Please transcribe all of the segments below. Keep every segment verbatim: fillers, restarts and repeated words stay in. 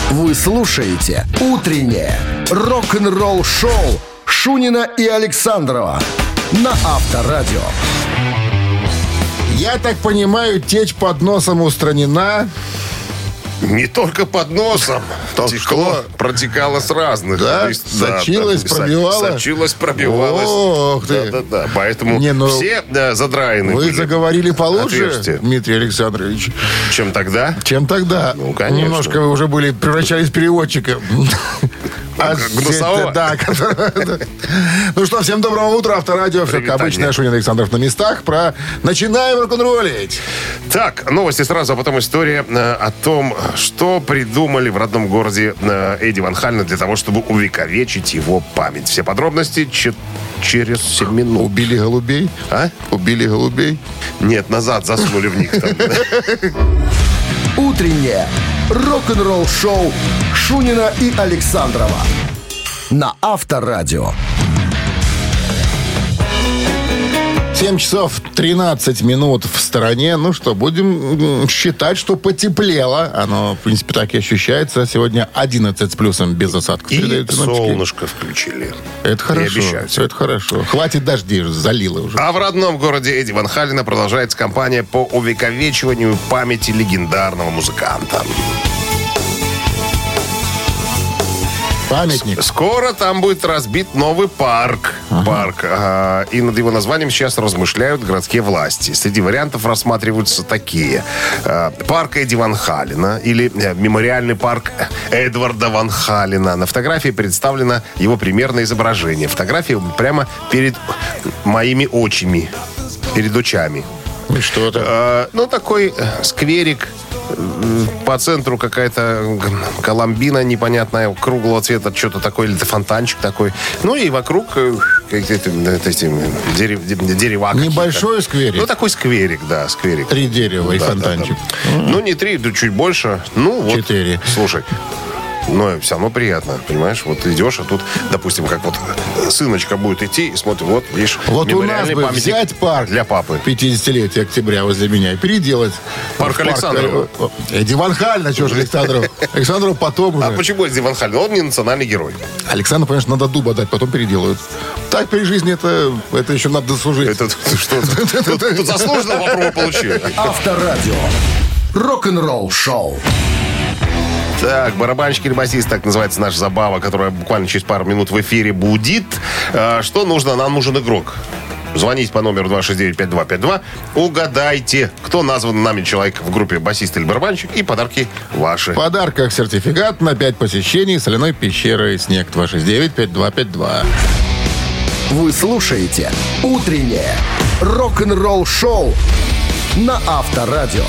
Вы слушаете «Утреннее рок-н-ролл-шоу» Шунина и Александрова на Авторадио. Я так понимаю, течь под носом устранена. Не только под носом. Текло протекало с разных. Да? Есть, Сочилось, да, да, пробивало? Сочилось, пробивалось. Ох ты. Да, да, да. Поэтому Не, ну, все да, задраены Вы были. заговорили получше, Отверстия. Дмитрий Александрович, Чем тогда? чем тогда. Ну, конечно. Немножко вы уже были, превращались в переводчика. А Гнусового? да. Ну что, всем доброго утра. Авторадио, все как обычно. Шунин Александров на местах. Про начинаем рок-н-роллить. Так, новости сразу, а потом история э, о том, что придумали в родном городе э, Эдди Ван Халена для того, чтобы увековечить его память. Все подробности че- через семь минут. Убили голубей? А? Убили голубей? Нет, назад засунули в них там. «Утреннее рок-н-ролл-шоу» Шунина и Александрова на Авторадио. семь часов тринадцать минут в стороне. Ну что, будем м, считать, что потеплело. Оно, в принципе, так и ощущается. Сегодня одиннадцать с плюсом без осадков. И передают синоптики. солнышко включили. Это хорошо. обещают. Это хорошо. Хватит дождей, залило уже. А в родном городе Эдди Ван Халена продолжается кампания по увековечиванию памяти легендарного музыканта. Памятник. Скоро там будет разбит новый парк. Ага. Парк. А, и над его названием сейчас размышляют городские власти. Среди вариантов рассматриваются такие. А, парк Эдди Ван Халена или а, мемориальный парк Эдварда Ван Халена. На фотографии представлено его примерное изображение. Фотография прямо перед моими очами. Перед очами. И что это? А, ну, такой скверик. По центру какая-то коломбина непонятная, круглого цвета, что-то такое, или это фонтанчик такой. Ну и вокруг какие-то дерев, дерева. Небольшой скверик? Ну, такой скверик, да, скверик. Три дерева и да, фонтанчик. Да, да. Ну, не три, да чуть больше. Ну, вот. Четыре. Слушай. Но все равно приятно, понимаешь? Вот идешь, а тут, допустим, как вот сыночка будет идти и смотрит, вот, видишь, вот у нас бы памятник взять парк для папы. пятидесятилетия октября возле меня и переделать. Парк Александрова. Эдди Ван Халена, что же Александров? Александров потом уже. А почему Эдди Ван Хален? Он не национальный герой. Александру, конечно, надо дуба дать, потом переделают. Так при жизни это, это еще надо дослужить. Это что? Тут заслуженно попробуй получить. Авторадио. Рок-н-ролл-шоу. Так, барабанщик или басист, так называется наша забава, которая буквально через пару минут в эфире будет. А, что нужно? Нам нужен игрок. Звоните по номеру два шесть девять пять два пять два. Угадайте, кто назван нами человек в группе басист или барабанщик. И подарки ваши. В подарках сертификат на пять посещений соляной пещеры «Снег». Два шесть девять пять два пять два. Вы слушаете «Утреннее рок-н-ролл-шоу» на Авторадио.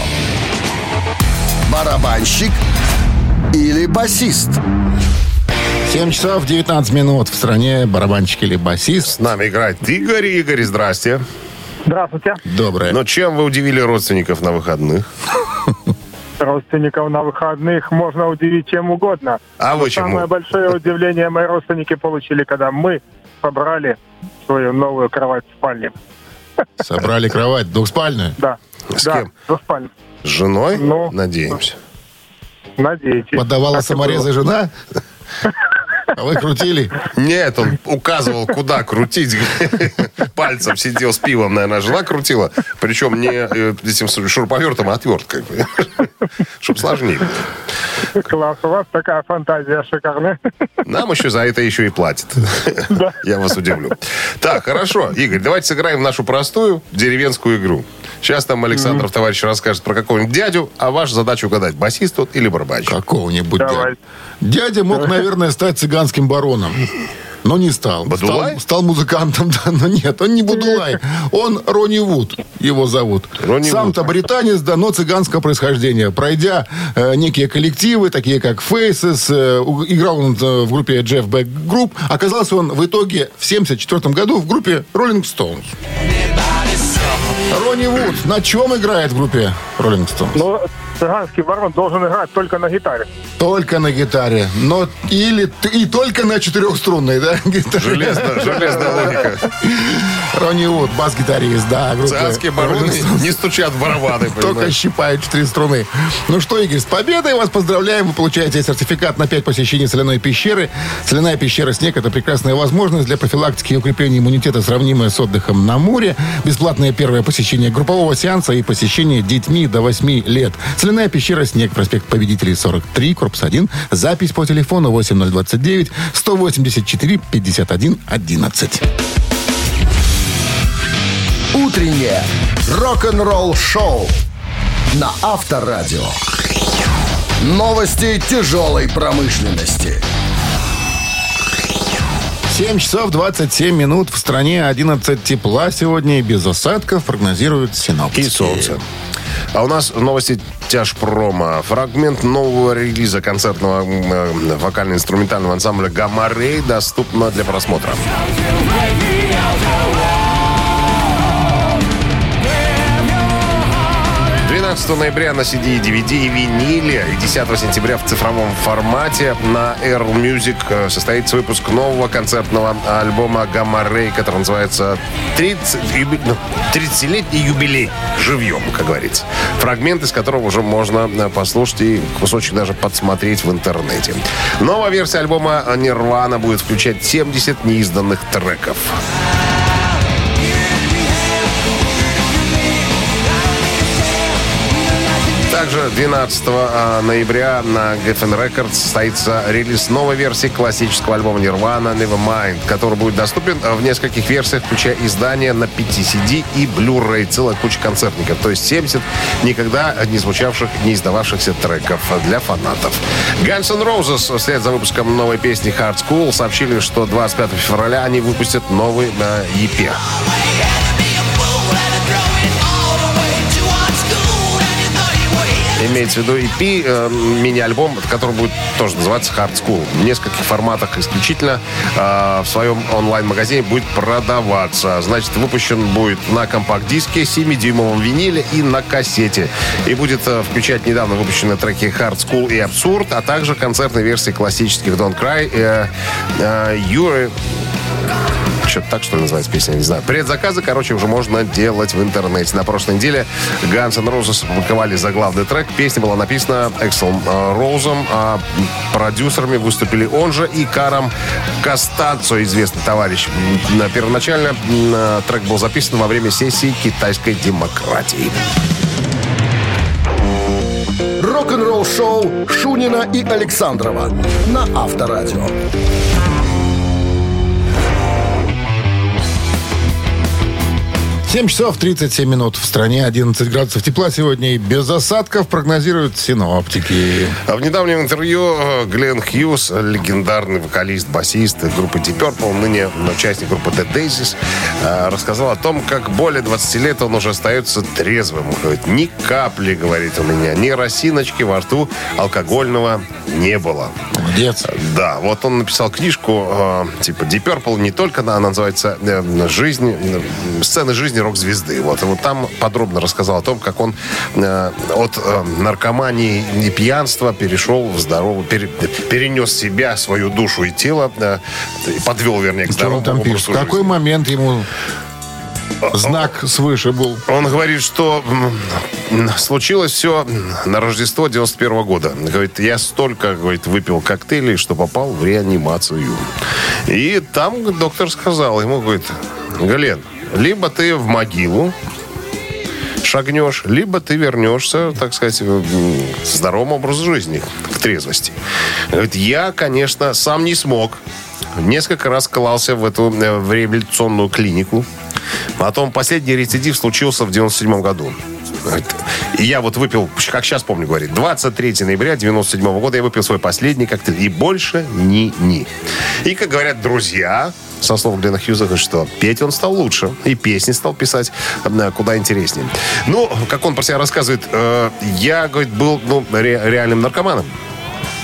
Барабанщик или басист? семь часов девятнадцать минут в стране. Барабанщик или басист. С нами играет Игорь. Игорь, здрасте. Здравствуйте. Доброе. Но чем вы удивили родственников на выходных? Родственников на выходных можно удивить чем угодно. А вы Но чему? самое большое удивление мои родственники получили, когда мы собрали свою новую кровать в спальне. Собрали кровать двухспальную? Да. С да, кем? двуспальную. С женой? Ну, Надеемся. Надеетесь. Подавала Так и саморезы было. жена? А вы крутили? Нет, он указывал, куда крутить. Пальцем сидел с пивом, наверное, жена крутила. Причем не э, этим шуруповертом, а отверткой. Чтобы сложнее. Класс, у вас такая фантазия шикарная. Нам еще за это еще и платят. Да. Я вас удивлю. Так, хорошо. Игорь, давайте сыграем в нашу простую деревенскую игру. Сейчас там Александров, товарищ, расскажет про какого-нибудь дядю, а ваша задача угадать, басист тот или барабанщик. Какого-нибудь Давай. дядя. Дядя мог, наверное, стать цыганским бароном. Но не стал. Бадулай? Стал, стал музыкантом, да, но нет, он не Бадулай. Он Ронни Вуд, его зовут. Ронни Сам-то Вуд. британец, да, но цыганского происхождения. Пройдя э, некие коллективы, такие как Faces, э, у- играл он э, в группе Jeff Beck Group. Оказался он в итоге в семьдесят четвёртом году в группе Rolling Stones. Ронни Вуд на чем играет в группе Rolling Stones? Ну, цыганский барон должен играть только на гитаре. Только на гитаре. Но или и только на четырехструнной, да? Гитаре. Железная, железная логика. Ронни Вуд, бас-гитарист, да. Цыганские бароны не стучат в барабаны, только щипают четыре струны. Ну что, Игорь, с победой вас поздравляем. Вы получаете сертификат на пять посещений соляной пещеры. Соляная пещера «Снег» — это прекрасная возможность для профилактики и укрепления иммунитета, сравнимая с отдыхом на море. Бесплатное первое посещение группового сеанса и посещение детьми до восьми лет. Соляная пещера «Снег», проспект Победителей, сорок три, корпус один. Запись по телефону восемь ноль двадцать девять сто восемьдесят четыре пятьдесят один одиннадцать. Утреннее рок-н-ролл-шоу на Авторадио. Новости тяжелой промышленности. семь часов двадцать семь минут. В стране одиннадцать тепла сегодня и без осадков, прогнозируют синоптики. И солнце. А у нас новости тяжпрома. Фрагмент нового релиза концертного э, вокально-инструментального ансамбля «Гамма Рэй» доступно для просмотра. двенадцатого ноября на си ди и ди ви ди и виниле и десятого сентября в цифровом формате на Эрл Music состоится выпуск нового концертного альбома «Гамма Рэй», который называется тридцатилетний юбилей живьем, как говорится. Фрагмент, из которого уже можно послушать и кусочек даже подсмотреть в интернете. Новая версия альбома «Нирвана» будет включать семьдесят неизданных треков. Также двенадцатого ноября на Geffen Records состоится релиз новой версии классического альбома Nirvana Nevermind, который будет доступен в нескольких версиях, включая издание на пяти си ди и Blu-ray. Целая куча концертников, то есть семьдесят никогда не звучавших, не издававшихся треков для фанатов. Guns N' Roses вслед за выпуском новой песни Hard School сообщили, что двадцать пятого февраля они выпустят новый и пи. Имеется в виду и пи, э, мини-альбом, который будет тоже называться Hard School. В нескольких форматах исключительно э, в своем онлайн-магазине будет продаваться. Значит, выпущен будет на компакт-диске, семидюймовом виниле и на кассете. И будет э, включать недавно выпущенные треки Hard School и Absurd, а также концертные версии классических Don't Cry, э, э, You're... Что-то так, что ли, называется песня, не знаю. Предзаказы, короче, уже можно делать в интернете. На прошлой неделе Guns N' Roses опубликовали заглавный трек. Песня была написана Экселом Роузом, а продюсерами выступили он же и Каром Костацо, известный товарищ. Первоначально трек был записан во время сессии китайской демократии. Рок-н-ролл-шоу Шунина и Александрова на Авторадио. семь часов тридцать семь минут. В стране одиннадцать градусов тепла сегодня и без осадков, прогнозируют синоптики. В недавнем интервью Глен Хьюз, легендарный вокалист, басист группы Deep Purple, ныне участник группы The Daisies, рассказал о том, как более двадцати лет он уже остается трезвым. Он говорит, ни капли, говорит, у меня, ни росиночки во рту алкогольного не было. Молодец. Да, вот он написал книжку типа Deep Purple, не только, она называется «Жизнь», «Сцены жизни рок-звезды». Вот, и вот там подробно рассказал о том, как он э, от э, наркомании и пьянства перешел в здоровый, пере, перенес себя, свою душу и тело, э, подвел, вернее, к здоровому образу жизни. В какой момент ему знак свыше был? Он говорит, что случилось все на Рождество девяносто первого года. Говорит, я столько, говорит, выпил коктейлей, что попал в реанимацию. И там доктор сказал ему, говорит, Глен, либо ты в могилу шагнешь, либо ты вернешься, так сказать, к здоровому образу жизни, к трезвости. Говорит, я, конечно, сам не смог. Несколько раз клался в эту в реабилитационную клинику. Потом последний рецидив случился в девяносто седьмом году. И я вот выпил, как сейчас помню, говорит, двадцать третьего ноября девяносто седьмого года я выпил свой последний коктейль. И больше ни-ни. И, как говорят друзья, со слов Глена Хьюза, что петь он стал лучше. И песни стал писать куда интереснее. Ну, как он про себя рассказывает, э, я, говорит, был ну, ре- реальным наркоманом.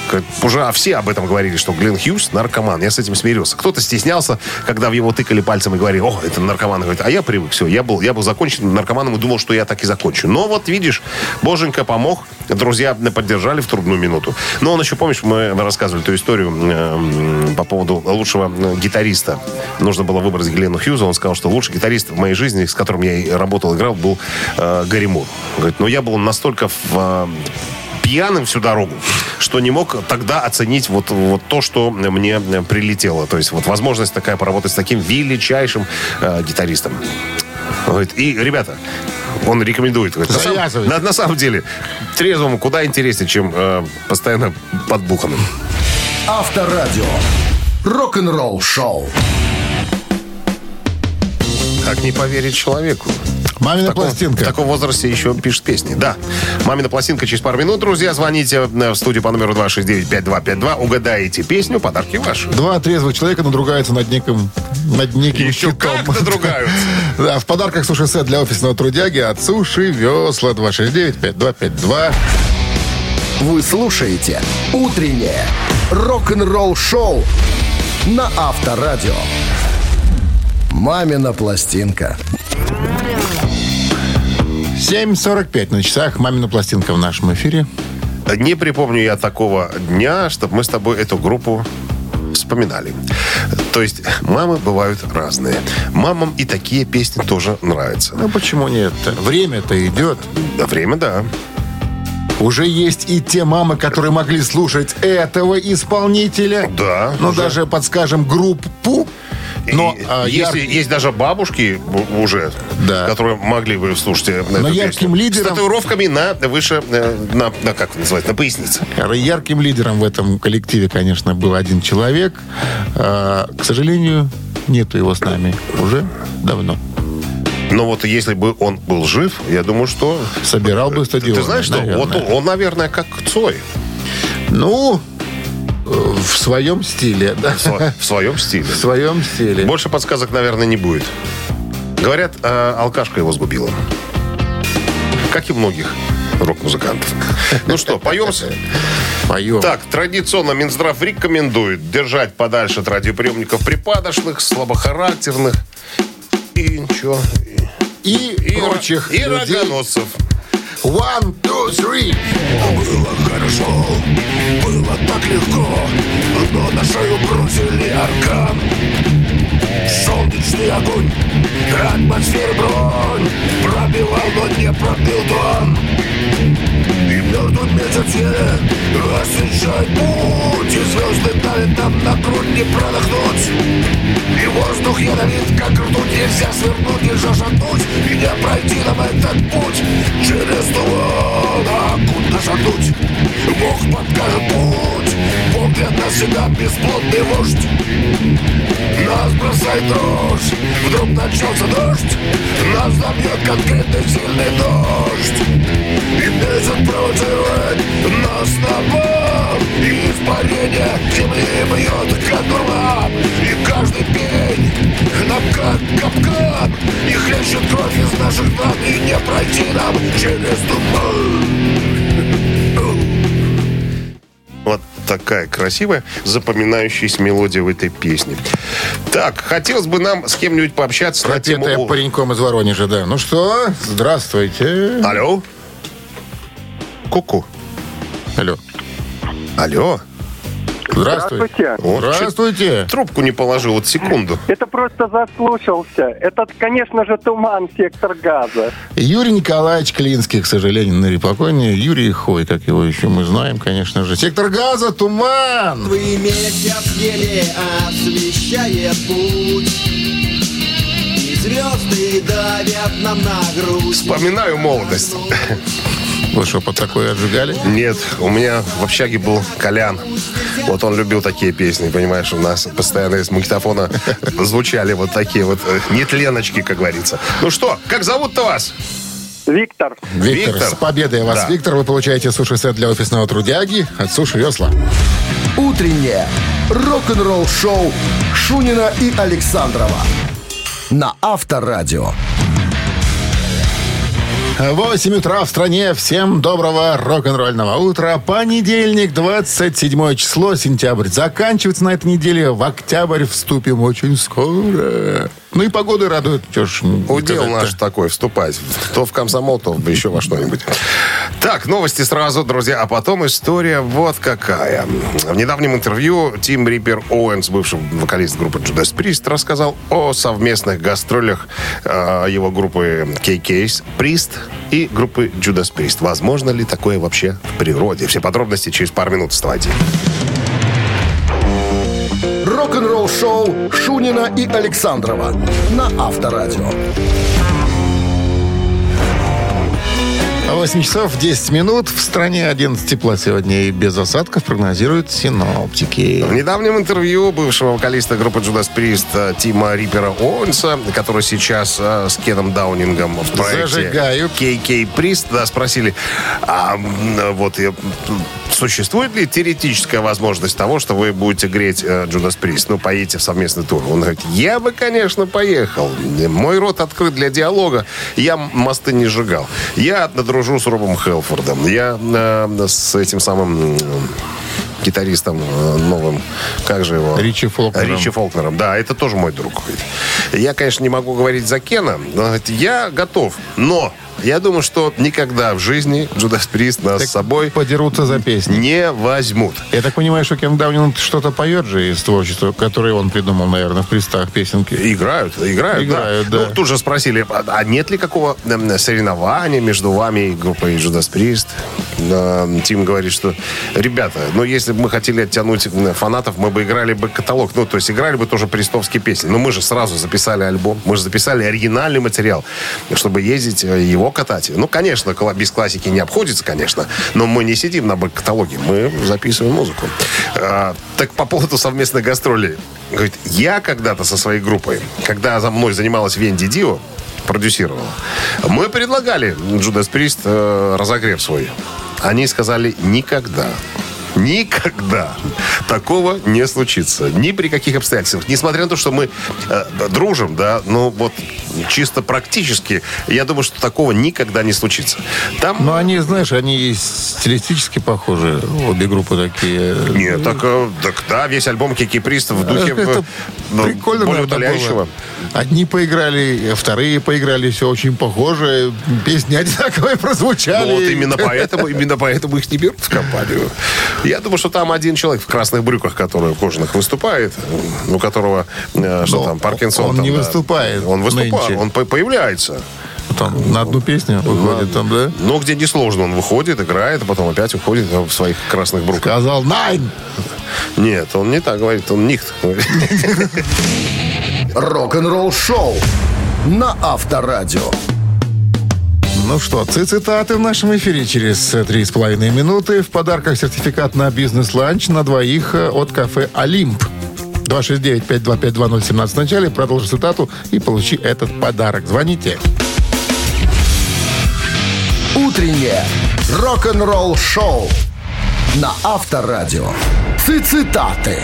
Уже все об этом говорили, что Глен Хьюз наркоман. Я с этим смирился. Кто-то стеснялся, когда в его тыкали пальцем и говорили: о, это наркоман. Говорит, а я привык, все, я был, я был закончен наркоманом и думал, что я так и закончу. Но вот видишь, боженька помог, друзья поддержали в трудную минуту. Но он еще, помнишь, мы рассказывали эту историю э, по поводу лучшего гитариста. Нужно было выбрать Глену Хьюза. Он сказал, что лучший гитарист в моей жизни, с которым я и работал, играл, был э, Гарри Мур. Говорит, но я был настолько в... Э, пьяным всю дорогу, что не мог тогда оценить вот, вот то, что мне прилетело. То есть вот возможность такая поработать с таким величайшим э, гитаристом. Говорит, и, ребята, он рекомендует. Говорит, на, самом, на, на самом деле, трезвому куда интереснее, чем э, постоянно подбуханным. Авторадио. Рок-н-ролл шоу. Как не поверить человеку? «Мамина в таком, пластинка». В таком возрасте еще пишет песни. Да. «Мамина пластинка» через пару минут, друзья. Звоните в студию по номеру два шесть девять пять два пять два. Угадаете песню, подарки ваши. Два трезвых человека надругаются над неким, над неким Еще хитом. как надругаются. Да, в подарках суши-сет для офисного трудяги от Суши Весла. Два шесть девять пять два пять два. Вы слушаете «Утреннее рок-н-ролл-шоу» на Авторадио. «Мамина пластинка». семь сорок пять на часах. «Мамина пластинка» в нашем эфире. Не припомню я такого дня, чтобы мы с тобой эту группу вспоминали. То есть мамы бывают разные. Мамам и такие песни тоже нравятся. Ну почему нет? Время-то идет. Да, время, да. Уже есть и те мамы, которые могли слушать этого исполнителя. Да. Ну уже. даже, подскажем, группу. Но а, если яр... есть даже бабушки уже, да. которые могли бы слушать эту Но песню. ярким лидером... С татуировками на выше, на, на как это называется, на пояснице. Ярким лидером в этом коллективе, конечно, был один человек. А, к сожалению, нету его с нами уже давно. Но вот если бы он был жив, я думаю, что... Собирал бы стадион. Ты знаешь, что вот он, он, наверное, как Цой. Ну... В своем стиле, да. В, в своем стиле. В своем стиле. Больше подсказок, наверное, не будет. Говорят, э, алкашка его сгубила. Как и многих рок-музыкантов. Ну что, поем? Поем. Так, традиционно Минздрав рекомендует держать подальше от радиоприемников припадочных, слабохарактерных и ничего. И, и прочих И людей. рогоносцев. One, two, three. Было хорошо, было так легко, но на шею бросили аркан. Солнечный огонь, атмосфер бронь, пробивал, но не пробил тон. И мертвый месяц еле освещает путь, и звезды давят нам на грудь, не продохнуть. И воздух ядовит, как ртуть, нельзя свернуть, нельзя шагнуть, и не пройти нам этот путь через туман. А куда шагнуть? Бог подкажет путь, погляд на себя, бесплотный вождь. Нас бросает дрожь, вдруг начался дождь, нас забьет конкретный сильный дождь. И месяц провоцирует нас на бал, и испарение земли бьет, как дурман. И каждый пень нам как капкан, и хлещет кровь из наших ран, и не пройти нам через туман. Вот такая красивая, запоминающаяся мелодия в этой песне. Так, хотелось бы нам с кем-нибудь пообщаться на тему... Пропетая пареньком из Воронежа, да. Ну что, здравствуйте. Алло? Ку-ку. Алло. Алло? Здравствуйте. О, Здравствуйте. чуть трубку не положил, вот секунду. Это просто заслушался. Это, конечно же, «Туман», «Сектор газа». Юрий Николаевич Клинский, к сожалению, ныне покойный. Юрий Хой, как его еще мы знаем, конечно же. «Сектор газа», «Туман». Твой месяц еле освещает путь, и звезды давят нам на грудь. Вспоминаю молодость. Вы что, под такое отжигали? Нет, у меня в общаге был Колян. Вот он любил такие песни, понимаешь, у нас постоянно из магнитофона звучали вот такие вот нетленочки, как говорится. Ну что, как зовут-то вас? Виктор. Виктор, Виктор. с победой вас, Да. Виктор. Вы получаете суши-сет для офисного трудяги от Суши Весла. «Утреннее рок-н-ролл-шоу» Шунина и Александрова на Авторадио. восемь утра в стране. Всем доброго рок-н-ролльного утра. Понедельник, двадцать седьмое число, сентябрь. Заканчивается на этой неделе. В октябрь вступим очень скоро. Ну и погода радует. Чё ж Удел наш такой, вступать. То в комсомол, то еще во что-нибудь. Так, новости сразу, друзья. А потом история вот какая. В недавнем интервью Тим Риппер Оуэнс, бывший вокалист группы Judas Priest, рассказал о совместных гастролях э, его группы кей кей Priest и группы Judas Priest. Возможно ли такое вообще в природе? Все подробности через пару минут. Вставайте. Рок-н-ролл-шоу Шунина и Александрова на Авторадио. восемь часов десять минут. В стране одиннадцать тепла сегодня и без осадков прогнозируют синоптики. В недавнем интервью бывшего вокалиста группы Judas Priest Тима Риппера Оуэнса, который сейчас э, с Кеном Даунингом в проекте Зажигаю. кей кей Priest, да, спросили, а вот э, существует ли теоретическая возможность того, что вы будете греть э, Judas Priest, ну, поедете в совместный тур? Он говорит, я бы, конечно, поехал. Мой рот открыт для диалога, я мосты не сжигал. Я дружу с Робом Хелфордом. Я э, с этим самым э, гитаристом э, новым, как же его? Ричи Фолкнером. Ричи Фолкнером, да, это тоже мой друг. Я, конечно, не могу говорить за Кена, но я готов, но я думаю, что никогда в жизни Judas Priest нас Так с собой подерутся за песни. не возьмут. Я так понимаю, что Кен Даунинг что-то поет же из творчества, которое он придумал, наверное, в Пристах песенки. Играют, играют, Играют, да. да. Ну, тут же спросили, а нет ли какого э, соревнования между вами и группой Judas Priest? Э, Тим говорит, что, ребята, ну, если бы мы хотели оттянуть фанатов, мы бы играли бы каталог. Ну, то есть играли бы тоже престовские песни. Но мы же сразу записали альбом, мы же записали оригинальный материал, чтобы ездить, его катать. Ну, конечно, без классики не обходится, конечно, но мы не сидим на бэк-каталоге, мы записываем музыку. А, так по поводу совместных гастролей. Говорит, я когда-то со своей группой, когда за мной занималась Венди Дио, продюсировала, мы предлагали Judas Priest э, разогрев свой. Они сказали, никогда. Никогда такого не случится. Ни при каких обстоятельствах. Несмотря на то, что мы э, дружим, да, ну вот чисто практически, я думаю, что такого никогда не случится. Там... Но они, знаешь, они стилистически похожи. Обе группы такие. Нет, так, э, так да, весь альбом кей кей Priest в духе Это э, прикольно, более наверное, утоляющего. было. Одни поиграли, вторые поиграли, все очень похоже. Песни одинаковые прозвучали. Ну, вот именно поэтому, именно поэтому их не берут в компанию. Я думаю, что там один человек в красных брюках, который в кожаных выступает, у которого, э, что Но там, Паркинсон. он там, не да. выступает Он выступает, нынче. он по- появляется. Там на одну песню выходит, там, да? Ну, где несложно, он выходит, играет, а потом опять уходит в своих красных брюках. Сказал «Найн!» Нет, он не так говорит, он нихт. Рок-н-ролл-шоу на Авторадио. Ну что, цитаты в нашем эфире через три с половиной минуты. В подарках сертификат на бизнес-ланч на двоих от кафе «Олимп». два шесть девять пять два пять два ноль один семь в начале. Продолжи цитату и получи этот подарок. Звоните. Утреннее рок-н-ролл-шоу на Авторадио. Цитаты.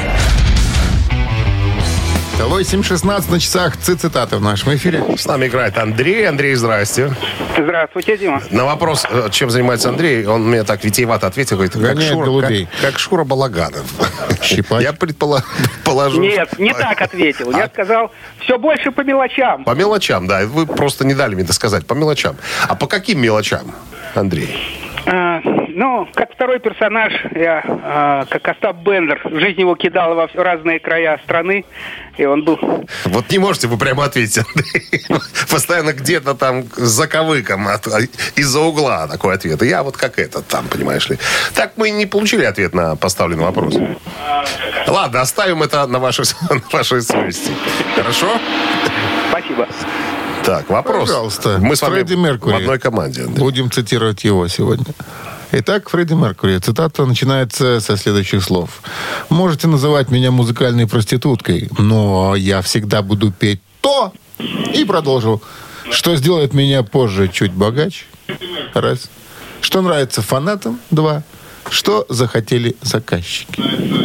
восемь шестнадцать на часах. Цитаты в нашем эфире. С нами играет Андрей. Андрей, здрасте. Здравствуйте, Дима. На вопрос, чем занимается Андрей, он мне так витиевато ответил, говорит, как Гоняет Шура, голубей. как, как Шура Балаганов. Щипач. Я предположу. Нет, не так ответил. Я А? сказал, все больше по мелочам. По мелочам, да. Вы просто не дали мне досказать. По мелочам. А по каким мелочам, Андрей? А, ну, как второй персонаж, я, а, как Остап Бендер, жизнь его кидала во все разные края страны, и он был... Вот не можете вы прямо ответить, Андрей. Постоянно где-то там за ковыком, от- из-за угла такой ответ. И я вот как этот там, понимаешь ли. Так мы и не получили ответ на поставленный вопрос. Ладно, оставим это на вашей, на вашей совести. Хорошо? Спасибо. Так, вопрос. Пожалуйста. Мы с вами Фредди Меркьюри. в одной команде, Андрей. Будем цитировать его сегодня. Итак, Фредди Меркьюри. Цитата начинается со следующих слов. «Можете называть меня музыкальной проституткой, но я всегда буду петь то...» И продолжил. «Что сделает меня позже чуть богаче?» Раз. «Что нравится фанатам?» Два. «Что захотели заказчики?»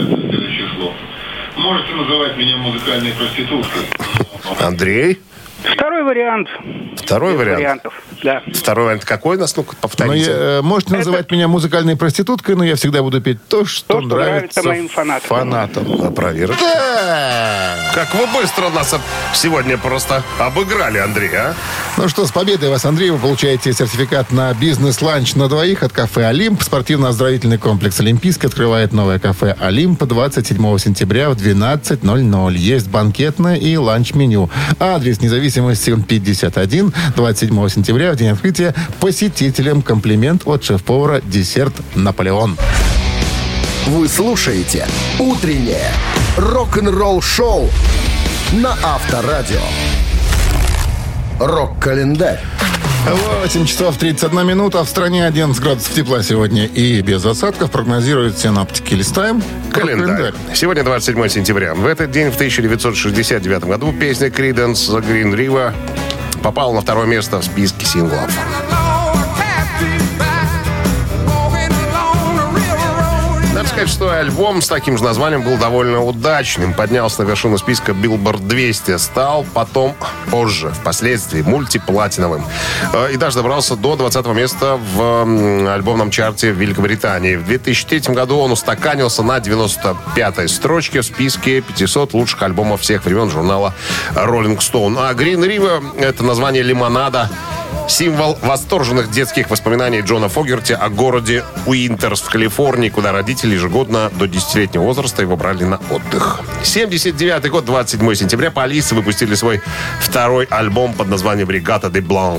Можете называть меня музыкальной проституткой. Андрей? Второй вариант. Второй Без вариант. вариантов. Да. Второй вариант какой у нас? Ну-ка, Но повторите. я, э, можете называть меня музыкальной проституткой, но я всегда буду петь то, что, То, что нравится моим фанатам. фанатам. Да, проверь. Да! Как вы быстро нас об- сегодня просто обыграли, Андрей, а? Ну что, с победой вас, Андрей, вы получаете сертификат на бизнес-ланч на двоих от кафе «Олимп». Спортивно-оздоровительный комплекс «Олимпийский» открывает новое кафе «Олимп» двадцать седьмого сентября в двенадцать ноль ноль. Есть банкетное и ланч-меню. Адрес Независимости пятьдесят один, двадцать седьмого сентября, в день открытия, посетителям комплимент от шеф-повара «Десерт Наполеон». Вы слушаете «Утреннее рок-н-ролл-шоу» на Авторадио. Рок-календарь. восемь часов тридцать одна минута. В стране одиннадцать градусов тепла сегодня и без осадков. Прогнозируют синоптики. Листаем Календарь. Сегодня двадцать седьмого сентября. В этот день, в тысяча девятьсот шестьдесят девятом году, песня Creedence The Green River попала на второе место в списке синглов. Надо сказать, что альбом с таким же названием был довольно удачным. Поднялся на вершину списка Billboard двести. Стал потом, позже, впоследствии, мультиплатиновым. И даже добрался до двадцатого места в альбомном чарте в Великобритании. В две тысячи третьем году он устаканился на девяносто пятой строчке в списке пятисот лучших альбомов всех времен журнала Rolling Stone. А Green River — это название лимонада, символ восторженных детских воспоминаний Джона Фогерти о городе Уинтерс в Калифорнии, куда родители ежегодно до десятилетнего возраста его брали на отдых. семьдесят девятый год, двадцать седьмого сентября, Police выпустили свой второй альбом под названием «Brigade de Blanc».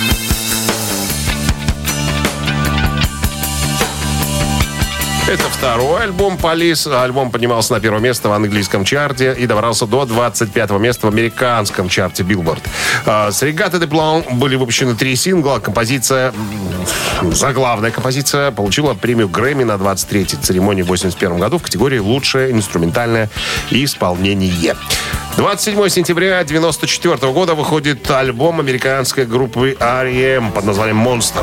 Это второй альбом Police. Альбом поднимался на первое место в английском чарте и добрался до двадцать пятого места в американском чарте Billboard. С «Brigade de Blanc» были выпущены три сингла. Композиция, заглавная композиция, получила премию Грэмми на двадцать третьей церемонии в восемьдесят первом году в категории «Лучшее инструментальное исполнение». двадцать седьмого сентября девяносто четвёртого года выходит альбом американской группы ар и эм под названием «Monster».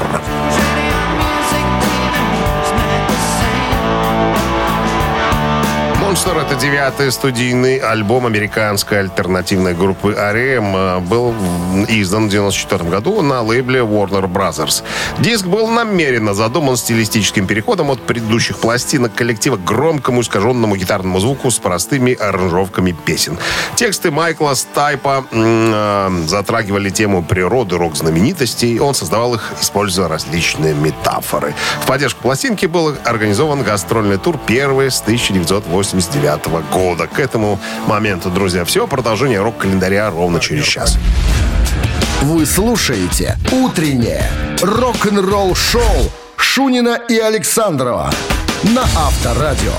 «Monster» — это девятый студийный альбом американской альтернативной группы ар и эм. Был издан в девяносто четвёртом году на лейбле Warner Brothers. Диск был намеренно задуман стилистическим переходом от предыдущих пластинок коллектива к громкому искаженному гитарному звуку с простыми аранжировками песен. Тексты Майкла Стайпа э, затрагивали тему природы рок-знаменитостей. Он создавал их, используя различные метафоры. В поддержку пластинки был организован гастрольный тур, первый с тысяча девятьсот восемьдесят девятого года. К этому моменту, друзья, все. Продолжение рок-календаря ровно через час. Вы слушаете «Утреннее рок-н-ролл-шоу» Шунина и Александрова на Авторадио.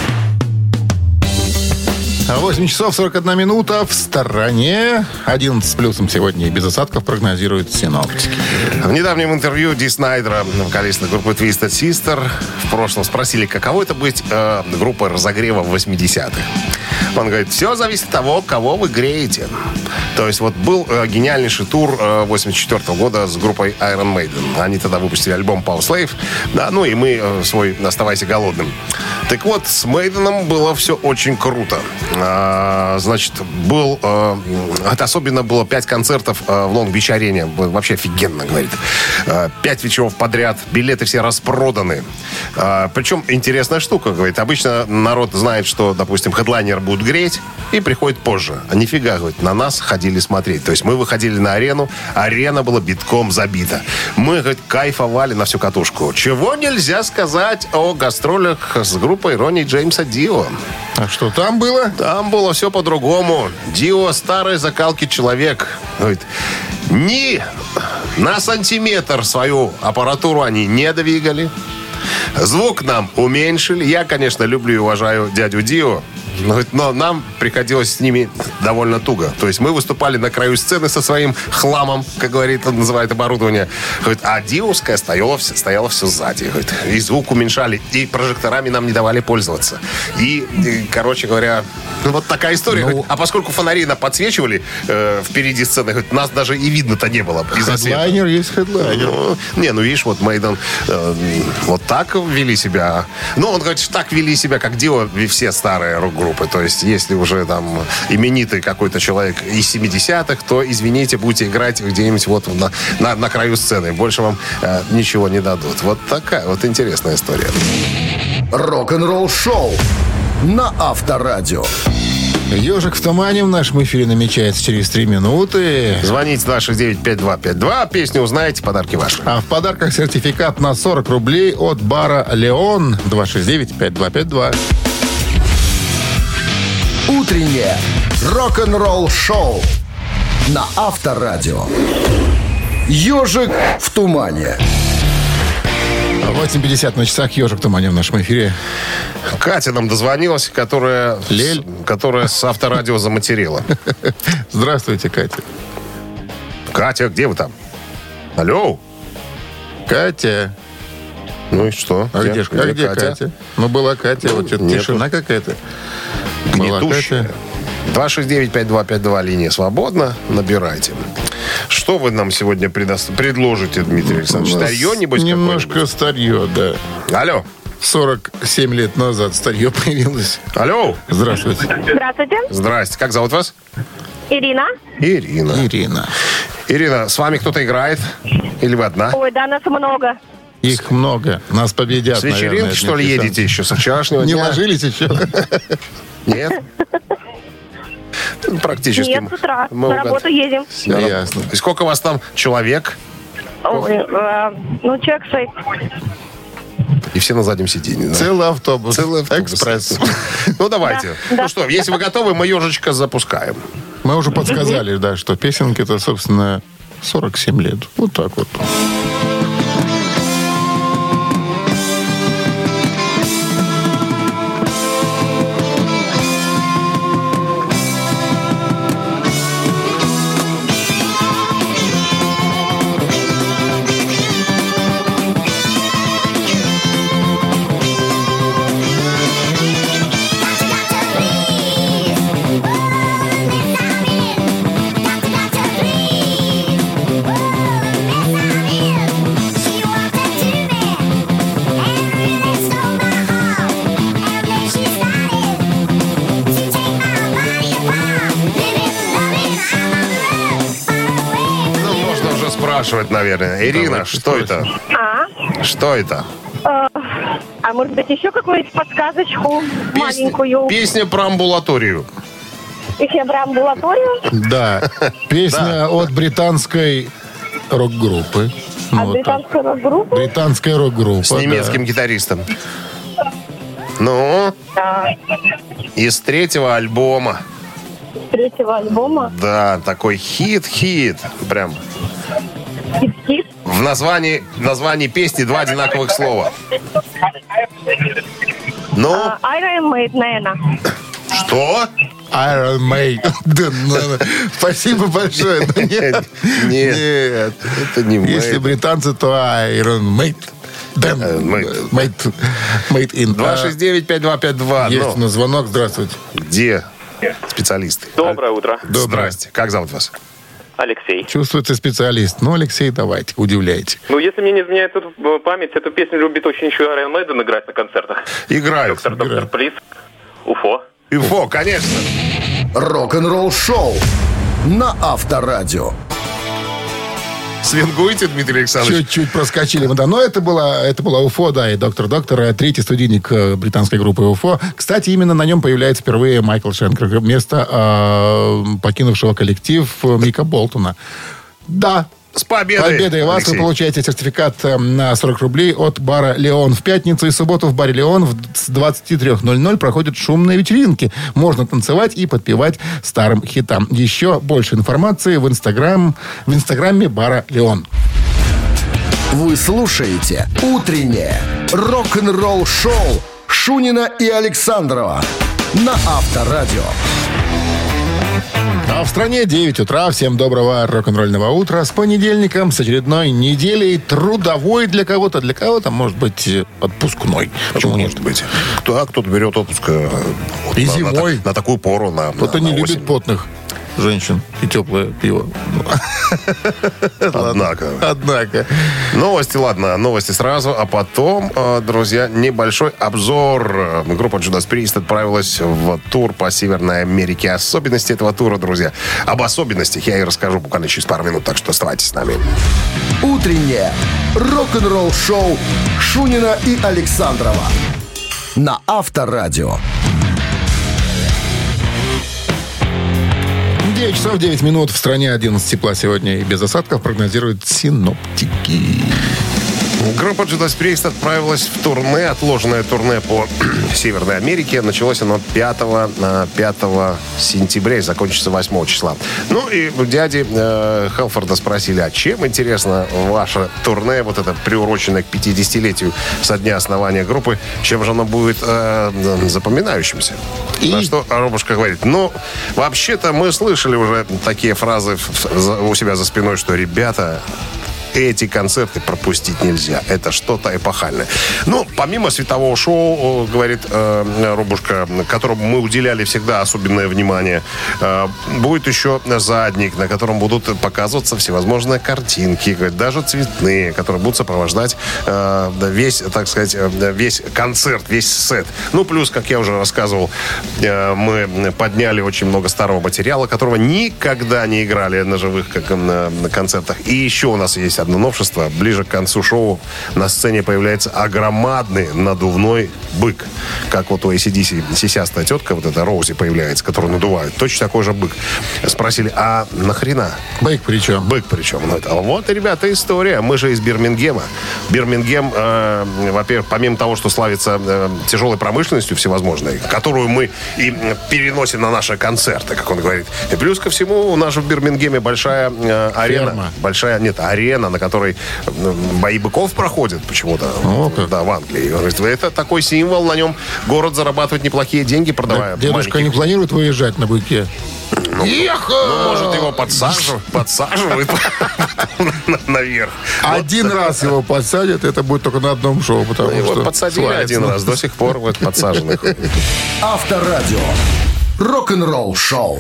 восемь часов сорок одна минута. В стороне одиннадцать с плюсом сегодня и без осадков прогнозируют синоптики. В недавнем интервью Ди Снайдера, вокалиста группы Twisted Sister, в прошлом спросили, каково это быть э, группой разогрева в восьмидесятых. Он говорит, все зависит от того, кого вы греете. То есть вот был э, гениальнейший тур э, восемьдесят четвёртого года с группой Iron Maiden. Они тогда выпустили альбом Power Slave, да, ну и мы э, свой «Оставайся голодным». Так вот, с Мейденом было все очень круто. А, значит, был... А, это особенно было пять концертов а, в Лонг-Бич-арене. Вообще офигенно, говорит. А, пять вечеров подряд. Билеты все распроданы. А, причем интересная штука, говорит. Обычно народ знает, что, допустим, хедлайнер будут греть и приходит позже. А нифига, говорит, на нас ходили смотреть. То есть мы выходили на арену, арена была битком забита. Мы, говорит, кайфовали на всю катушку. Чего нельзя сказать о гастролях с группой Ронни Джеймса Дио. А что там было? Там было все по-другому. Дио старой закалки человек. Говорит, ни на сантиметр свою аппаратуру они не двигали. Звук нам уменьшили. Я, конечно, люблю и уважаю дядю Дио. Но нам приходилось с ними довольно туго. То есть мы выступали на краю сцены со своим хламом, как говорит, он называет оборудование. Говорит, а диовская стояла, стояла все сзади. Говорит, и звук уменьшали, и прожекторами нам не давали пользоваться. И, и короче говоря, Вот такая история. Ну. А поскольку фонари на подсвечивали э, впереди сцены, говорит, нас даже и видно-то не было из-за света. Хедлайнер есть хедлайнер. Ну, не, ну видишь, вот Мейден э, вот так вели себя. Ну, он говорит, что так вели себя, как делали все старые рок-группы. То есть, если уже там именитый какой-то человек из семидесятых, то, извините, будете играть где-нибудь вот на, на, на краю сцены. Больше вам э, ничего не дадут. Вот такая вот интересная история. Рок-н-ролл шоу на Авторадио. Ежик в тумане в нашем эфире намечается через три минуты. Звоните два шесть девять пять два пять два. Песню узнаете, подарки ваши. А в подарках сертификат на сорок рублей от бара «Леон». два шесть девять пять два пять два. Утреннее рок-н-ролл шоу на Авторадио. Ежик в тумане. восемь пятьдесят на часах. Ежик в тумане в нашем эфире. Катя нам дозвонилась, которая, Лель. с, которая с Авторадио заматерила. Здравствуйте, Катя. Катя, где вы там? Алло? Катя. Ну и что? А где, ж- а где Катя? Ну, была Катя, вот что-то Нету. тишина какая-то. Была Гнетущая. Катя. два шесть девять пять два пять два, линия свободна. Набирайте. Что вы нам сегодня предо- предложите, Дмитрий Александрович? У нас Старье, небось, немножко какое-нибудь? старье, да. Алло? сорок семь лет назад старье появилось. Алло? Здравствуйте. Здравствуйте, Здрасте. Как зовут вас? Ирина. Ирина. Ирина. Ирина, с вами кто-то играет? Или вы одна? Ой, да, нас много. Их много. Нас победят, С вечеринки, наверное, что ли, Дмитрий едете еще? Со вчерашнего Не дня? ложились еще? Нет? Практически. Нет, с утра. Мы На угад- работу едем. Ну, ясно. И сколько у вас там человек? Ой, э, ну, человек шесть. И все на заднем сиденье. Да? Целый автобус. Целый автобус. Экспресс. Ну, давайте. Да, да. Ну что, если вы готовы, мы ежечка запускаем. Мы уже подсказали, да, что песенки-то, собственно, сорок семь лет. Вот так вот. Ну, можно уже спрашивать, наверное. Ирина, Давайте, что спросим. это? А? Что это? Э, а может быть, еще какую-нибудь подсказочку маленькую? Песня про амбулаторию. Еще про амбулаторию? Да. Песня от британской рок-группы. Ну, От вот так. британской рок-группы? Британская рок-группа. С немецким гитаристом. Ну, Да. из третьего альбома. С третьего альбома. Да, такой хит-хит. Прям. Хит-хит. В названии, в названии песни два одинаковых слова. Ну, А, Iron Maiden, наверное. что? Iron Maiden. Да, ну, ну, спасибо большое. Но Нет. Нет. Нет. Это не Если Maiden. британцы, то Iron Maiden. Э, Maiden. Made, made in. два А, шесть девять пять два пять два. Есть у Ну, нас звонок. Здравствуйте. где специалисты? Доброе утро. Доброе. Здрасте. Как зовут вас? Алексей. Чувствуется специалист. Ну, Алексей, давайте, удивляйте. Ну, если мне не изменяет эту э, память, эту песню любит очень еще Iron Maiden играть на концертах. Играют. Доктор, доктор, плиз. Уфо. Инфо, конечно. Рок-н-ролл шоу на Авторадио. Свингуете, Дмитрий Александрович? Чуть-чуть проскочили мы, да. Но это было, это было УФО, да, и «Доктор Доктор», третий студийник э, британской группы УФО. Кстати, именно на нем появляется впервые Майкл Шенкер, вместо э, покинувшего коллектив э, Мика Болтона. Да. С победой, Победой вас. Алексей. Вы получаете сертификат э, на сорок рублей от бара «Леон». В пятницу и субботу в баре «Леон» в- с двадцати трёх ноль-ноль проходят шумные вечеринки. Можно танцевать и подпевать старым хитам. Еще больше информации в, инстаграм, в инстаграме бара «Леон». Вы слушаете «Утреннее рок-н-ролл-шоу» Шунина и Александрова на Авторадио. А в стране девять утра. Всем доброго рок-н-ролльного утра. С понедельником, с очередной неделей. Трудовой для кого-то, для кого-то, может быть, отпускной. Почему нет? Может быть. Кто, а кто-то берет отпуск э, вот И на, зимой. На, на такую пору. На, Кто-то на, не на любит осень. потных женщин и теплое пиво. Однако. Однако. Новости, ладно, новости сразу, а потом, э, друзья, небольшой обзор. Группа Judas Priest отправилась в тур по Северной Америке. Особенности этого тура, друзья. Об особенностях я и расскажу буквально через пару минут, так что оставайтесь с нами. Утреннее рок-н-ролл-шоу Шунина и Александрова на Авторадио. девять часов девять минут. В стране одиннадцать тепла сегодня и без осадков прогнозируют синоптики. Группа Judas Priest отправилась в турне, отложенное турне по Северной Америке. Началось оно пятого сентября и закончится восьмого числа. Ну и у дяди э, Хелфорда спросили, а чем, интересно, ваше турне, вот это приуроченное к пятидесятилетию со дня основания группы, чем же оно будет э, запоминающимся? И... На что Робушка говорит, ну, вообще-то мы слышали уже такие фразы у себя за спиной, что ребята... Эти концерты пропустить нельзя. Это что-то эпохальное. Ну, помимо светового шоу, говорит э, Робушка, которому мы уделяли всегда особенное внимание, э, будет еще задник, на котором будут показываться всевозможные картинки, говорит, даже цветные, которые будут сопровождать э, весь, так сказать, весь концерт, весь сет. Ну, плюс, как я уже рассказывал, э, мы подняли очень много старого материала, которого никогда не играли на живых как, на, на концертах. И еще у нас есть одно новшество. Ближе к концу шоу на сцене появляется огромадный надувной бык. Как вот у эй си ди си сисястая тетка, вот эта Роузи появляется, которую надувают. Точно такой же бык. Спросили, а нахрена? Бык причем? Бык причем. Ну, это, вот, ребята, история. Мы же из Бирмингема. Бирмингем, э, во-первых, помимо того, что славится э, тяжелой промышленностью всевозможной, которую мы и переносим на наши концерты, как он говорит. И плюс ко всему, у нас же в Бирмингеме большая э, арена. Ферма. Большая, нет, арена, на которой бои быков проходят почему-то. О, как. Да, в Англии. Он говорит, это такой символ, на нем город зарабатывает неплохие деньги, продавая Так дедушка маленьких... не планирует выезжать на быке? Ну, ну, может, его подсаживают, подсаживают наверх. Один раз его подсадят, это будет только на одном шоу, потому что... Его подсадили один раз, до сих пор вот подсаженных. Авторадио. Рок-н-ролл шоу.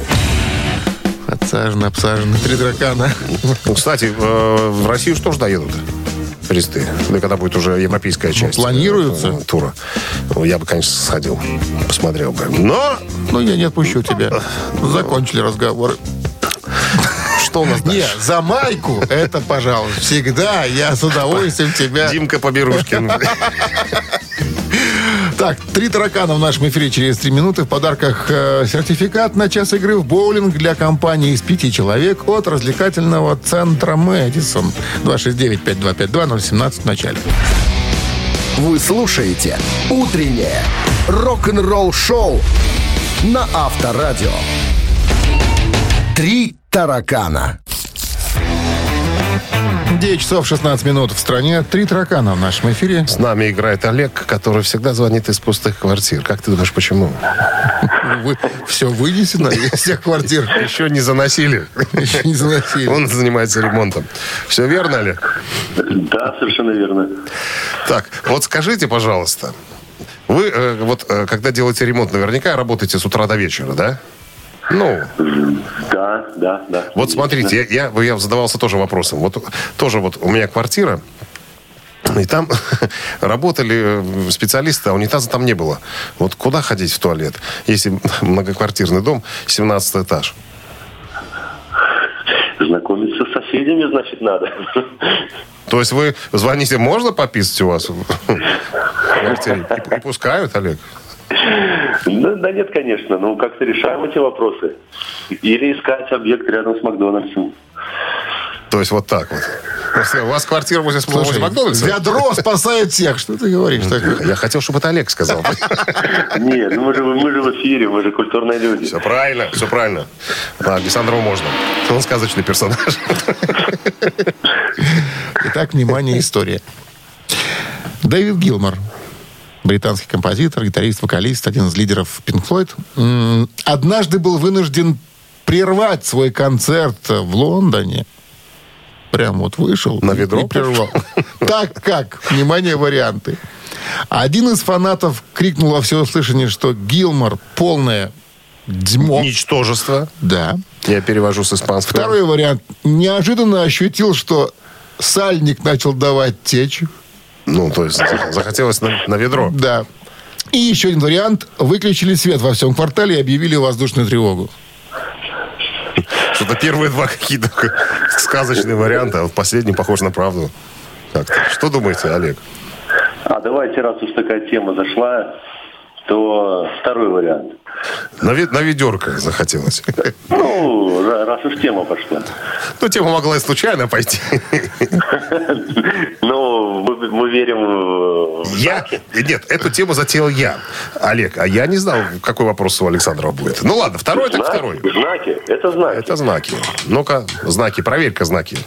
Подсажены, обсажены, три дракона. Кстати, в Россию что ж доедут? Присты. Ну, когда будет уже европейская часть. Ну, планируется. Тура. Я бы, конечно, сходил. Посмотрел бы. Но... Ну, я не отпущу тебя. Закончили разговоры. Что у нас дальше? Не, за майку это, пожалуйста. Всегда я с удовольствием тебя... Димка Поберушкин. Так, три таракана в нашем эфире через три минуты. В подарках э, сертификат на час игры в боулинг для компании из пяти человек от развлекательного центра «Мэдисон». два шесть девять пять два пять два ноль семнадцать в начале. Вы слушаете «Утреннее рок-н-ролл-шоу» на Авторадио. Три таракана. девять часов шестнадцать минут в стране. Три таракана в нашем эфире. С нами играет Олег, который всегда звонит из пустых квартир. Как ты думаешь, почему? Вы, все вынесено из всех квартир. Еще не заносили. Еще не заносили. Он занимается ремонтом. Все верно, Олег? Да, совершенно верно. Так, вот скажите, пожалуйста, вы э, вот э, когда делаете ремонт, наверняка работаете с утра до вечера, да? Ну, Да, да, да. вот смотрите, я, я, я задавался тоже вопросом. Вот тоже вот у меня квартира, и там работали специалисты, а унитаза там не было. Вот куда ходить в туалет, если многоквартирный дом, семнадцатый этаж? Знакомиться с соседями, значит, надо. То есть вы звоните, можно пописать у вас в квартире? И, и пускают, Олег? Да, да нет, конечно. Ну, как-то решаем эти вопросы. Или искать объект рядом с Макдональдсом. То есть вот так вот. У вас квартира возле, возле Макдональдса? Ведро спасает всех. Что ты говоришь? Я хотел, чтобы это Олег сказал. Нет, ну мы же, мы же в эфире, мы же культурные люди. Все правильно, все правильно. Да, Александрову можно. Он сказочный персонаж. Итак, внимание, история. Дэвид Гилмор, британский композитор, гитарист, вокалист, один из лидеров Pink Floyd, однажды был вынужден прервать свой концерт в Лондоне. Прям вот вышел на ведро и прервал. Так как, внимание, варианты. Один из фанатов крикнул во всеуслышание, что Гилмор полное дерьмо. Ничтожество. Да. Я перевожу с испанского. Второй вариант. Неожиданно ощутил, что сальник начал давать течь. Ну, то есть захотелось на, на ведро. Да. И еще один вариант. Выключили свет во всем квартале и объявили воздушную тревогу. Что-то первые два какие-то сказочные варианты, а вот последний похож на правду. Как-то. Что думаете, Олег? А давайте, раз уж такая тема зашла, то второй вариант. На, ве- на ведерко захотелось. Ну, раз уж тема пошла. Ну, тема могла и случайно пойти. Ну, мы, мы верим в Я? Нет, эту тему затеял я. Олег, а я не знал, какой вопрос у Александрова будет. Ну ладно, второй так второй. Знаки? Это знаки. Это знаки. Ну-ка, знаки, проверь-ка знаки.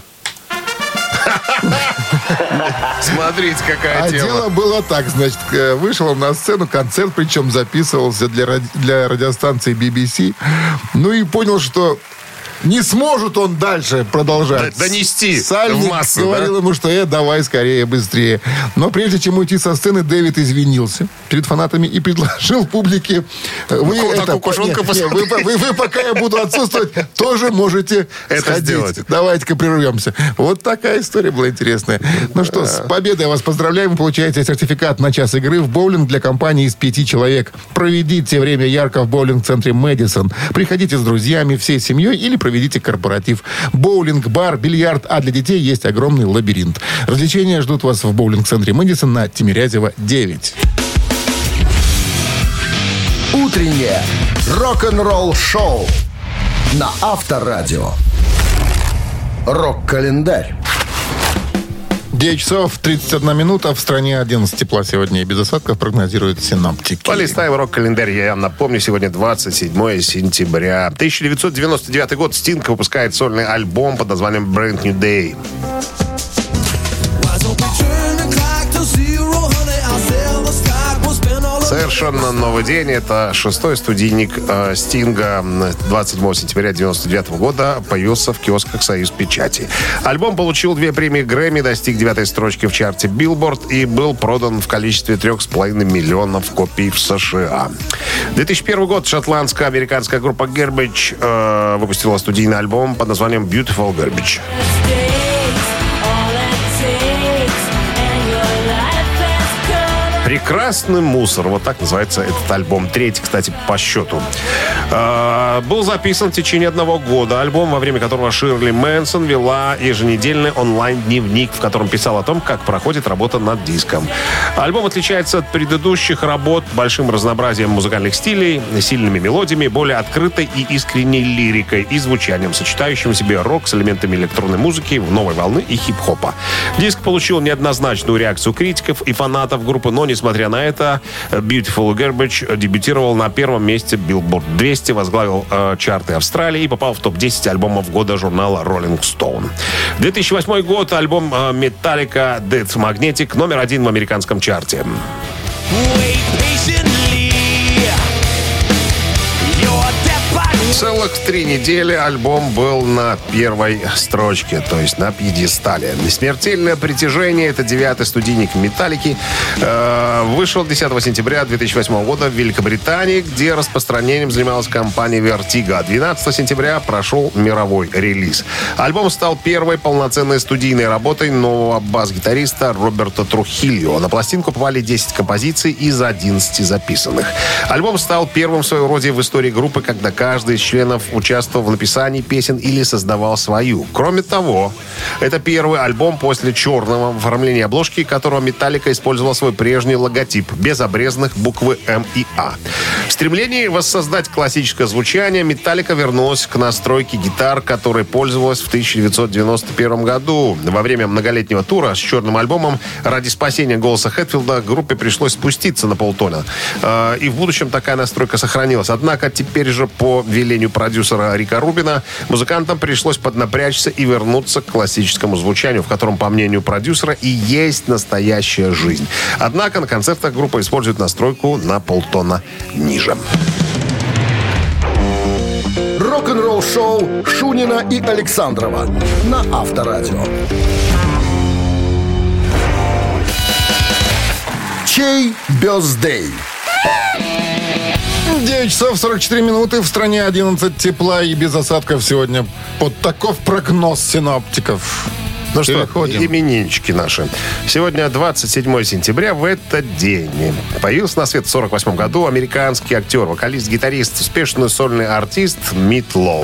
Смотрите, какая а тема. дело было так, значит, вышел он на сцену, концерт, причем записывался для, ради... для радиостанции би би си. Ну и понял, что не сможет он дальше продолжать. Д- донести Сальник в массу, говорил да? ему, что э, давай скорее, быстрее. Но прежде чем уйти со сцены, Дэвид извинился перед фанатами и предложил публике: вы, Ну, это, так нет, нет, вы, вы, вы, пока я буду отсутствовать, тоже можете это сходить. сделать. Давайте-ка прервемся. Вот такая история была интересная. Ну что, с победой вас поздравляем. Вы получаете сертификат на час игры в боулинг для компании из пяти человек. Проведите время ярко в боулинг-центре «Мэдисон». Приходите с друзьями, всей семьей или проведите корпоратив. Боулинг, бар, бильярд, а для детей есть огромный лабиринт. Развлечения ждут вас в боулинг-центре «Мэдисон» на Тимирязева, девять. Утреннее рок-н-ролл-шоу на Авторадио. Рок-календарь. девять часов тридцать одна минута. В стране одиннадцать тепла сегодня и без осадков прогнозируют синоптики. Полистаем рок-календарь. Я напомню, сегодня двадцать седьмое сентября. тысяча девятьсот девяносто девятый год. Стинг выпускает сольный альбом под названием «Brand New Day». Совершенно новый день. Это шестой студийник э, Стинга. двадцать седьмого сентября девяносто девятого года появился в киосках «Союз Печати». Альбом получил две премии Грэмми, достиг девятой строчки в чарте Billboard и был продан в количестве трех с половиной миллионов копий в США. две тысячи первый год. Шотландско-американская группа Garbage э, выпустила студийный альбом под названием «Beautiful Garbage». «Прекрасный мусор». Вот так называется этот альбом. Третий, кстати, по счету. Э, был записан в течение одного года. Альбом, во время которого Ширли Мэнсон вела еженедельный онлайн-дневник, в котором писал о том, как проходит работа над диском. Альбом отличается от предыдущих работ большим разнообразием музыкальных стилей, сильными мелодиями, более открытой и искренней лирикой и звучанием, сочетающим в себе рок с элементами электронной музыки, новой волны и хип-хопа. Диск получил неоднозначную реакцию критиков и фанатов группы, но, несмотря на это, Beautiful Garbage дебютировал на первом месте Billboard двести, возглавил э, чарты Австралии и попал в топ десять альбомов года журнала Rolling Stone. две тысячи восьмой год. Альбом э, Metallica Dead Magnetic номер один в американском чарте. Целых три недели альбом был на первой строчке, то есть на пьедестале. «Смертельное притяжение» — это девятый студийник «Металлики». Э, вышел десятого сентября две тысячи восьмого года в Великобритании, где распространением занималась компания Vertigo. двенадцатого сентября прошел мировой релиз. Альбом стал первой полноценной студийной работой нового бас-гитариста Роберта Трухильо. На пластинку попали десять композиций из одиннадцати записанных. Альбом стал первым в своем роде в истории группы, когда каждый из членов участвовал в написании песен или создавал свою. Кроме того, это первый альбом после черного оформления обложки, которого Metallica использовала свой прежний логотип, без обрезанных буквы М и А. В стремлении воссоздать классическое звучание Metallica вернулась к настройке гитар, которой пользовалась в тысяча девятьсот девяносто первом году. Во время многолетнего тура с черным альбомом ради спасения голоса Хэтфилда группе пришлось спуститься на полтона. И в будущем такая настройка сохранилась. Однако теперь же по велению продюсера Рика Рубина музыкантам пришлось поднапрячься и вернуться к классическому звучанию, в котором, по мнению продюсера, и есть настоящая жизнь. Однако на концертах группа использует настройку на полтона ниже. Рок-н-ролл-шоу Шунина и Александрова на Авторадио. Чей бёздей? девять часов сорок четыре минуты. В стране одиннадцать тепла и без осадков сегодня. Вот таков прогноз синоптиков. Ну что, Переходим. имениннички наши. Сегодня двадцать седьмое сентября. В этот день появился на свет в сорок восьмом году американский актер, вокалист, гитарист, успешный сольный артист Meat Loaf.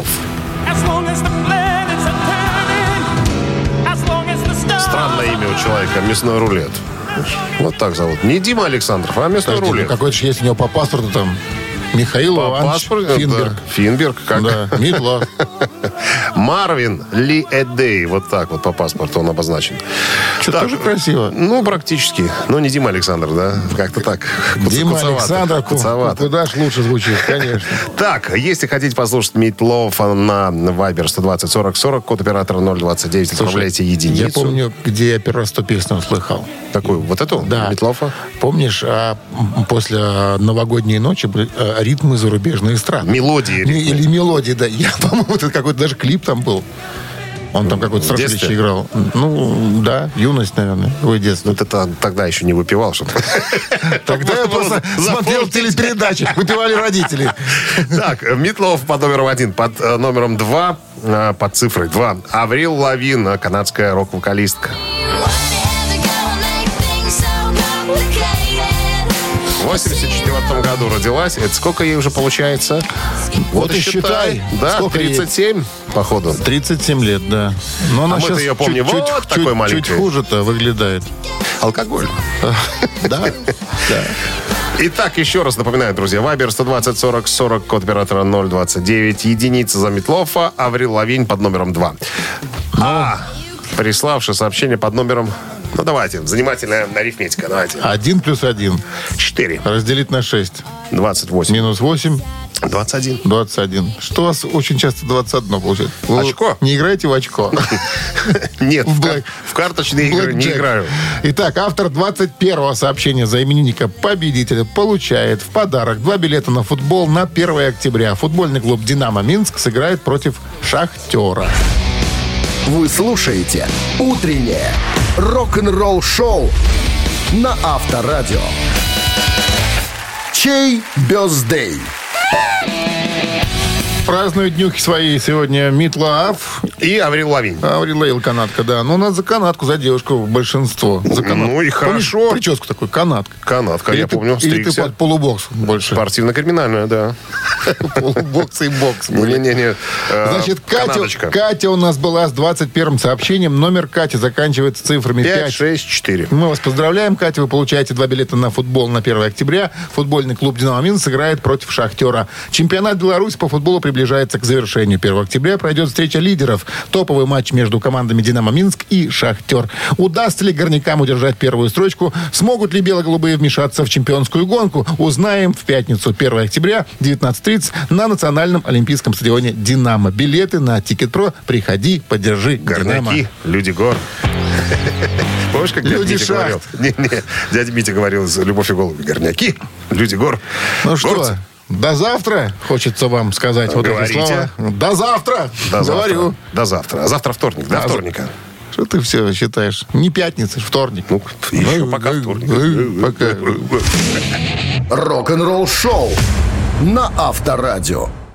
Странное имя у человека. Мясной рулет. Вот так зовут. Не Дима Александров, а мясной Подожди, рулет. ну какой-то же есть у него по паспорту там Михаил По Иванович паспорту, Финберг. да. Финберг, как? Да, Митла. Марвин Ли Эддей. Вот так вот по паспорту он обозначен. Что-то тоже красиво. Ну, практически. Но не Дима Александр, да? Как-то так. Дима Куцовато. Александров, Куцовато. куда ж лучше звучит, конечно. Так, если хотите послушать Meat Loaf на Viber сто двадцать сорок сорок, код оператора ноль двадцать девять, отправляйте единицу. Я помню, где я первый раз эту песню услыхал. Такую, вот эту? Да. Meat Loaf'а? Помнишь, а, после новогодней ночи были а, ритмы зарубежной эстрады? Мелодии. М- Или мелодии, да. Я, по-моему, это какой-то даже клип там был. Он там какой-то страшилище играл. Ну, да, юность, наверное, его детство. Ну, ты та- тогда еще не выпивал, что-то. Тогда я просто смотрел телепередачи, выпивали родители. Так, Meat Loaf под номером один, под э, номером два, э, под цифрой два. Аврил Лавин, э, канадская рок-вокалистка. В восемьдесят четвёртом году родилась. Это сколько ей уже получается? Вот и считай. Да, Сколько ей? тридцать семь, походу. тридцать семь лет, да. Но она А мы-то сейчас её помним чуть, вот чуть, такой чуть, маленькой. чуть хуже-то выглядает. Алкоголь. Да? Да. Итак, еще раз напоминаю, друзья, Вайбер сто двадцать сорок сорок, код оператора ноль двадцать девять, единица за Meat Loaf'а, Аврил Лавин под номером два. А, приславший сообщение под номером... Ну, давайте, занимательная арифметика, давайте. Один плюс один. Четыре. Разделить на шесть. Двадцать восемь. Минус восемь. Двадцать один. двадцать один. Что у вас очень часто двадцать одно получается? Вы Очко? Не играете в очко? Нет, в, Блэк- кар- в карточные игры не Блэкджек. играю. Итак, автор двадцать первого сообщения за именинника победителя получает в подарок два билета на футбол на первое октября. Футбольный клуб «Динамо Минск» сыграет против «Шахтера». Вы слушаете «Утреннее рок-н-ролл-шоу» на Авторадио. Чей бёздей? Празднуют днюхи свои сегодня Meat Loaf. И Аврил Лавин. Аврил Лавин, канатка, да. Ну, у нас за канатку, за девушку большинство. За канатку. Ну и Помнишь хорошо. прическу такую, канатка? Канатка, Или я ты- помню, Или ты стригся. под полубокс больше? Спортивно-криминальная, да. Полубокс и бокс. Не-не-не. э, Значит, Катя, канадочка. Катя у нас была с двадцать первым сообщением. Номер Кати заканчивается цифрами пять, пять. шесть, четыре. Мы вас поздравляем, Катя. Вы получаете два билета на футбол на первое октября. Футбольный клуб «Динамо Минск» сыграет против «Шахтера». Чемпионат Беларуси по футболу приближается к завершению. первого октября пройдет встреча лидеров. Топовый матч между командами «Динамо Минск» и «Шахтер». Удастся ли горнякам удержать первую строчку? Смогут ли бело-голубые вмешаться в чемпионскую гонку? Узнаем в пятницу, первого октября, девятнадцать тридцать на Национальном олимпийском стадионе «Динамо». Билеты на Тикет.Про. Приходи, поддержи «Динамо». Горняки, люди гор. Помнишь, как дядя Люди Митя шахт. говорил? Не-не, дядя Митя говорил из «Любовь и голуби». Горняки, люди гор. Ну что, Горцы. до завтра, хочется вам сказать вот Говорите. эти слова. До завтра, До говорю. завтра. До завтра. А завтра вторник. До А за- вторника. Что ты все считаешь? Не пятница, вторник. Ну, еще пока вторник. Пока. Рок-н-ролл-шоу на Авторадио.